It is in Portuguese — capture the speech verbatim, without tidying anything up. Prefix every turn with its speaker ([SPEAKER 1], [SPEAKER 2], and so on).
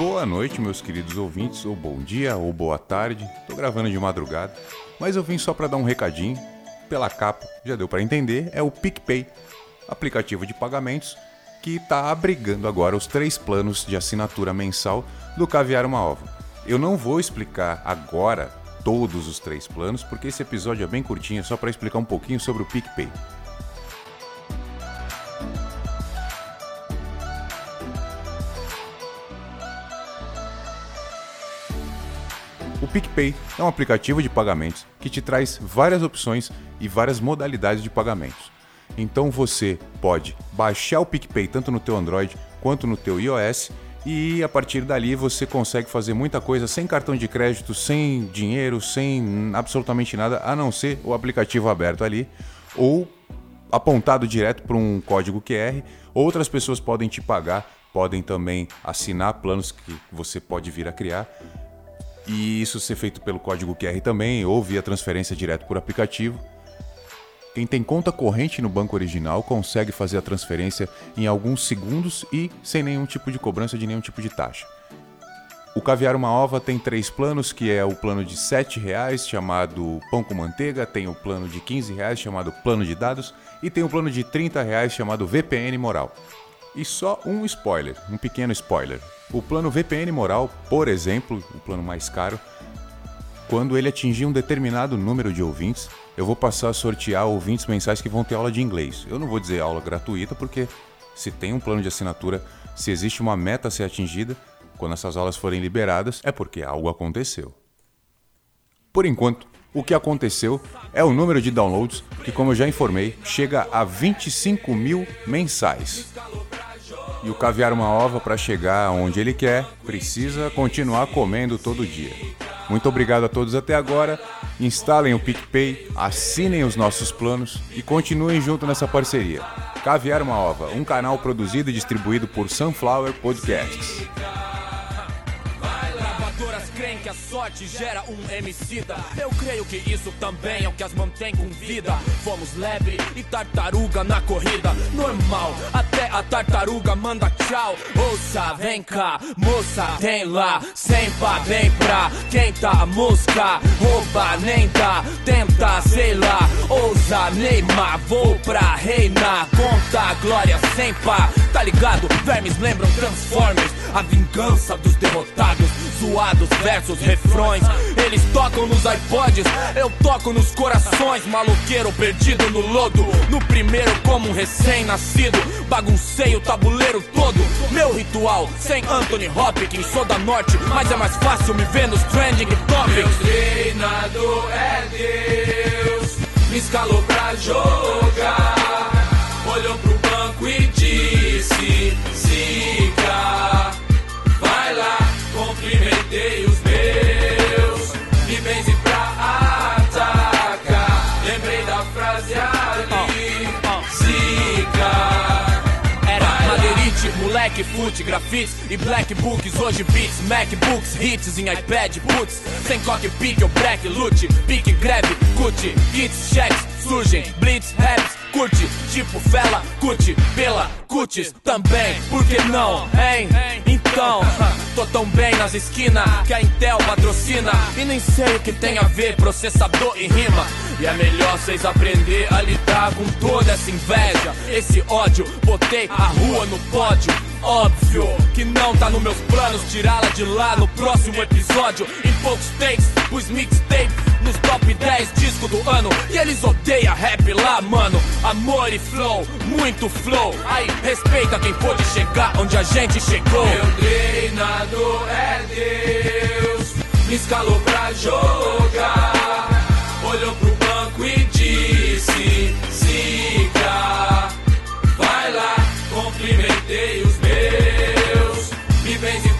[SPEAKER 1] Boa noite, meus queridos ouvintes, ou bom dia, ou boa tarde. Tô gravando de madrugada, mas eu vim só para dar um recadinho. Pela capa, já deu para entender, é o PicPay, aplicativo de pagamentos que está abrigando agora os três planos de assinatura mensal do Caviar Uma Ova. Eu não vou explicar agora todos os três planos, porque esse episódio é bem curtinho, é só para explicar um pouquinho sobre o PicPay. O PicPay é um aplicativo de pagamentos que te traz várias opções e várias modalidades de pagamentos. Então você pode baixar o PicPay tanto no teu Android quanto no teu iOS e a partir dali você consegue fazer muita coisa sem cartão de crédito, sem dinheiro, sem absolutamente nada, a não ser o aplicativo aberto ali ou apontado direto para um código Q R. Outras pessoas podem te pagar, podem também assinar planos que você pode vir a criar. E isso ser feito pelo código Q R também, ou via transferência direto por aplicativo. Quem tem conta corrente no banco original consegue fazer a transferência em alguns segundos e sem nenhum tipo de cobrança de nenhum tipo de taxa. O Caviar Uma Ova tem três planos, que é o plano de sete reais, chamado Pão com Manteiga, tem o plano de quinze reais, chamado Plano de Dados, e tem o plano de trinta reais, chamado V P N Moral. E só um spoiler, um pequeno spoiler. O plano V P N Moral, por exemplo, o plano mais caro, quando ele atingir um determinado número de ouvintes, eu vou passar a sortear ouvintes mensais que vão ter aula de inglês. Eu não vou dizer aula gratuita, porque se tem um plano de assinatura, se existe uma meta a ser atingida, quando essas aulas forem liberadas, é porque algo aconteceu. Por enquanto, o que aconteceu é o número de downloads, que, como eu já informei, chega a vinte e cinco mil mensais. E o Caviar Uma Ova, para chegar onde ele quer, precisa continuar comendo todo dia. Muito obrigado a todos até agora. Instalem o PicPay, assinem os nossos planos e continuem junto nessa parceria. Caviar Uma Ova, um canal produzido e distribuído por Sunflower Podcasts.
[SPEAKER 2] Que a sorte gera um homicida. Eu creio que isso também é o que as mantém com vida. Fomos lebre e tartaruga na corrida. Normal, até a tartaruga manda tchau. Ouça, vem cá, moça, tem lá. Sempa, vem pra quem tá mosca. Rouba, nem dá, tenta, sei lá. Ousa, Neymar, vou pra reinar. Conta, glória, sem pá. Tá ligado? Vermes lembram Transformers. A vingança dos derrotados. Zoados versus refrões. Eles tocam nos iPods, eu toco nos corações. Maloqueiro perdido no lodo, no primeiro como um recém-nascido. Baguncei o tabuleiro todo. Meu ritual, sem Anthony Hopkins. Sou da norte, mas é mais fácil me ver nos trending topics. Meu treinador é Deus, me escalou pra jogar. Olhou pro banco e disse: siga, vai lá. Cumprimentei os meus, me benze pra atacar. Lembrei da frase ali, zica. Era Madeirite, moleque, fute, grafites e black books. Hoje beats, MacBooks, hits em iPad, boots. Sem cockpit ou black loot, pique, greve, cut, hits, checks, surgem, blitz, raps. Curte, tipo fela, curte, pela, cutis também, por que não, hein? Então, tô tão bem nas esquinas que a Intel patrocina. E nem sei o que tem a ver processador e rima. E é melhor vocês aprender a lidar com toda essa inveja, esse ódio. Botei a rua no pódio. Óbvio que não tá nos meus planos tirá-la de lá no próximo episódio. Em poucos takes, pus mixtape nos top dez discos do ano. E eles odeiam rap lá, mano. Amor e flow, muito flow. Aí, respeita quem pôde chegar onde a gente chegou. Meu treinador é Deus, me escalou pra jogar. Olhou pro banco e disse: siga, vai lá. Cumprimentei os meus, me benze